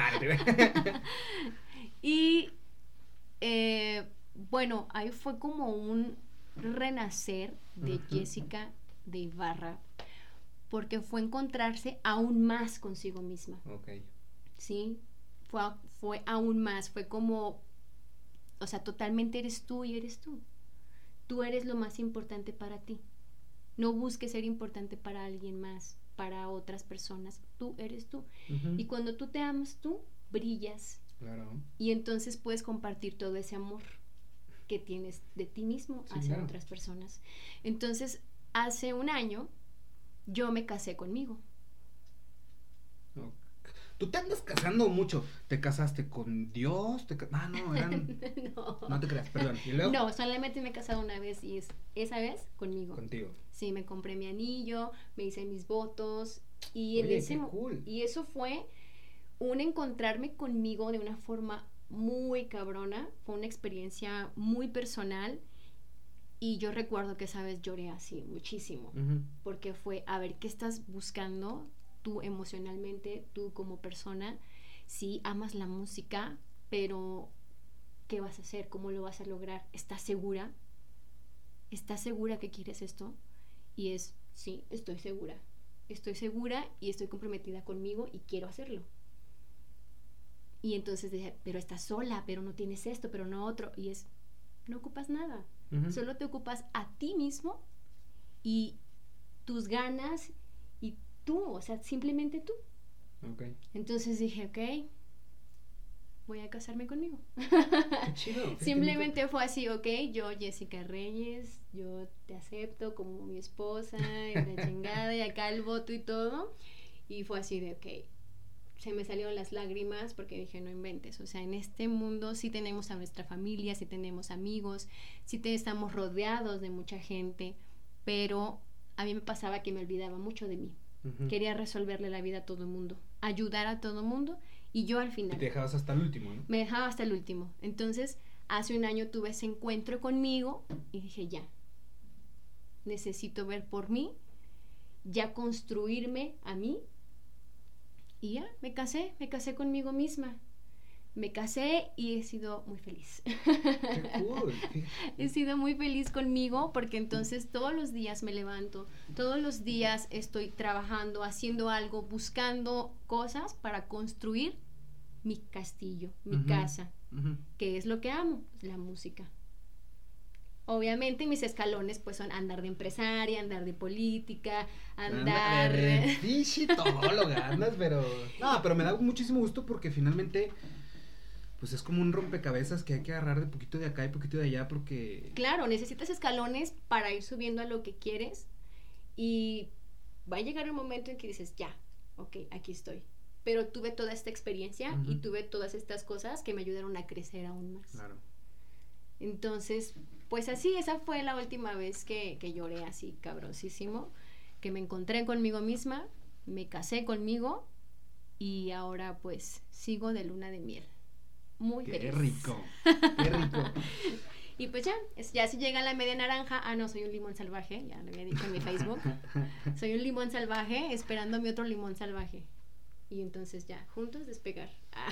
Y eh, bueno, ahí fue como un renacer de Ujú. Jessica de Ibarra, porque fue encontrarse aún más consigo misma, Ok. ¿sí? Fue, fue aún más, fue como, o sea, totalmente eres tú y eres tú. Tú eres lo más importante para ti. No busques ser importante para alguien más, para otras personas. Tú eres tú. Ujú. Y cuando tú te amas tú, brillas. Claro. Y entonces puedes compartir todo ese amor que tienes de ti mismo Sí, hacia claro. otras personas. Entonces, hace un año, yo me casé conmigo. Ok. Tú te andas casando mucho. ¿Te casaste con Dios? Te ca- Ah, no, eran... No. No te creas, perdón. ¿Y luego? No, solamente me he casado una vez y es esa vez conmigo. Contigo. Sí, me compré mi anillo, me hice mis votos y en Oye, ese qué mo- cool. y eso fue un encontrarme conmigo de una forma muy cabrona, fue una experiencia muy personal y yo recuerdo que esa vez lloré así muchísimo, Ujú. porque fue a ver qué estás buscando tú emocionalmente, tú como persona, sí amas la música, pero ¿qué vas a hacer? ¿Cómo lo vas a lograr? ¿Estás segura? ¿estás segura que quieres esto? Y es, sí, estoy segura. Estoy segura y estoy comprometida conmigo y quiero hacerlo. Y entonces dije, pero estás sola, pero no tienes esto, pero no otro. Y es, no ocupas nada. Uh-huh. Solo te ocupas a ti mismo y tus ganas y tú, o sea, simplemente tú. Okay. Entonces dije, ok, voy a casarme conmigo. Qué chido. Simplemente fue así, ok, yo Jessica Reyes, yo te acepto como mi esposa, y la chingada, y acá el voto y todo. Y fue así de, ok, se me salieron las lágrimas porque dije, no inventes, o sea, en este mundo sí tenemos a nuestra familia, sí tenemos amigos, sí te, estamos rodeados de mucha gente, pero a mí me pasaba que me olvidaba mucho de mí. Uh-huh. Quería resolverle la vida a todo el mundo, ayudar a todo el mundo, y yo al final... Y te dejabas hasta el último, ¿no? Me dejaba hasta el último. Entonces, hace un año tuve ese encuentro conmigo y dije, ya, necesito ver por mí, ya construirme a mí, y ya, me casé, me casé conmigo misma. Me casé y he sido muy feliz. Qué cool. He sido muy feliz conmigo porque entonces todos los días me levanto, todos los días estoy trabajando, haciendo algo, buscando cosas para construir mi castillo, mi uh-huh. casa, uh-huh. que es lo que amo, la música. Obviamente mis escalones pues son andar de empresaria, andar de política, andar... de fichitóloga, andas, pero... No, pero me da muchísimo gusto porque finalmente... Pues es como un rompecabezas que hay que agarrar de poquito de acá y poquito de allá porque... Claro, necesitas escalones para ir subiendo a lo que quieres y va a llegar un momento en que dices, ya, ok, aquí estoy. Pero tuve toda esta experiencia uh-huh. y tuve todas estas cosas que me ayudaron a crecer aún más. Claro. Entonces, pues así, esa fue la última vez que, que lloré así cabrosísimo, que me encontré conmigo misma, me casé conmigo y ahora pues sigo de luna de miel. Muy qué feliz. rico, qué rico. Y pues ya, es, ya si llega la media naranja, ah no, soy un limón salvaje, ya lo había dicho en mi Facebook, soy un limón salvaje esperando mi otro limón salvaje. Y entonces ya, juntos despegar. Ah.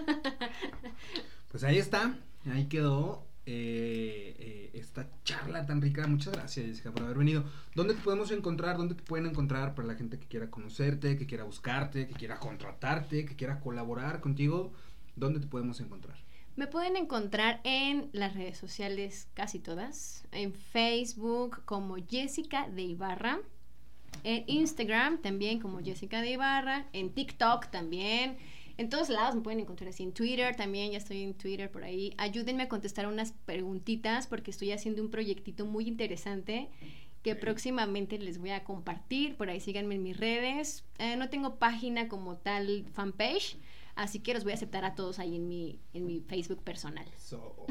Pues ahí está, ahí quedó eh, eh, esta charla tan rica. Muchas gracias, Jessica, por haber venido. ¿Dónde te podemos encontrar? ¿Dónde te pueden encontrar para la gente que quiera conocerte, que quiera buscarte, que quiera contratarte, que quiera colaborar contigo? ¿Dónde te podemos encontrar? Me pueden encontrar en las redes sociales, casi todas. En Facebook como Jessica de Ibarra. En Instagram también como Jessica de Ibarra. En TikTok también. En todos lados me pueden encontrar así. En Twitter también, ya estoy en Twitter por ahí. Ayúdenme a contestar unas preguntitas porque estoy haciendo un proyectito muy interesante que okay. próximamente les voy a compartir. Por ahí síganme en mis redes. Eh, no tengo página como tal, fanpage. Así que los voy a aceptar a todos ahí en mi, en mi Facebook personal. So.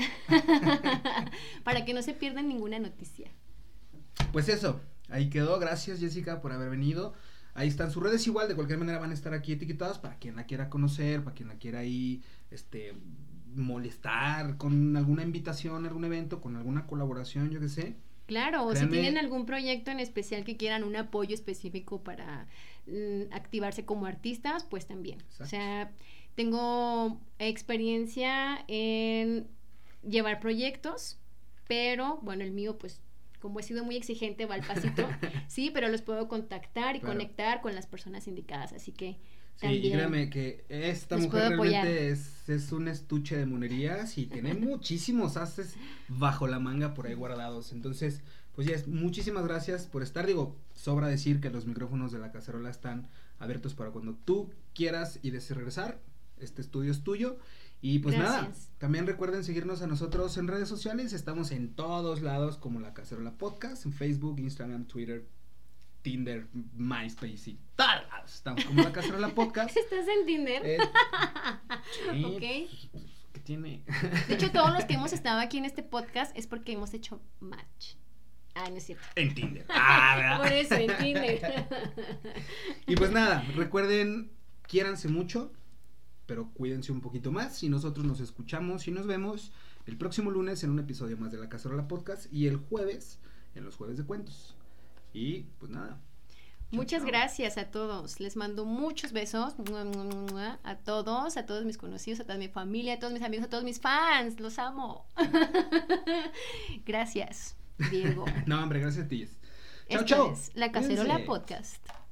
Para que no se pierdan ninguna noticia. Pues eso, ahí quedó. Gracias, Jessica, por haber venido. Ahí están sus redes igual, de cualquier manera van a estar aquí etiquetadas para quien la quiera conocer, para quien la quiera ahí este, molestar con alguna invitación, algún evento, con alguna colaboración, yo qué sé. Claro, o Créanme, si tienen algún proyecto en especial que quieran un apoyo específico para mm, activarse como artistas, pues también. Exacto. O sea, tengo experiencia en llevar proyectos, pero bueno, el mío pues como he sido muy exigente va al pasito, sí, pero los puedo contactar y claro. conectar con las personas indicadas, así que sí, y créeme que esta mujer realmente es, es un estuche de monerías y tiene muchísimos haces bajo la manga por ahí guardados. Entonces, pues ya es, muchísimas gracias por estar. Digo, sobra decir que los micrófonos de La Cacerola están abiertos para cuando tú quieras y desees regresar. Este estudio es tuyo. Y pues gracias. Nada, también recuerden seguirnos a nosotros en redes sociales. Estamos en todos lados como La Cacerola Podcast, en Facebook, Instagram, Twitter, Tinder, MySpace y tal. Estamos como La Cacerola Podcast. ¿Estás en Tinder? Eh, sí, okay. ¿Qué tiene? De hecho, todos los que hemos estado aquí en este podcast es porque hemos hecho match. Ah, no es cierto. En Tinder. Ah, por eso, en Tinder. Y pues nada, recuerden, quiéranse mucho, pero cuídense un poquito más y nosotros nos escuchamos y nos vemos el próximo lunes en un episodio más de La Cacerola Podcast y el jueves en los Jueves de Cuentos. Y pues nada. Muchas chao. Gracias a todos. Les mando muchos besos a todos, a todos mis conocidos, a toda mi familia, a todos mis amigos, a todos mis fans. Los amo. Gracias. Diego. No, hombre, gracias a ti. Chao, Esto chao. es La Cacerola Cuídense. Podcast.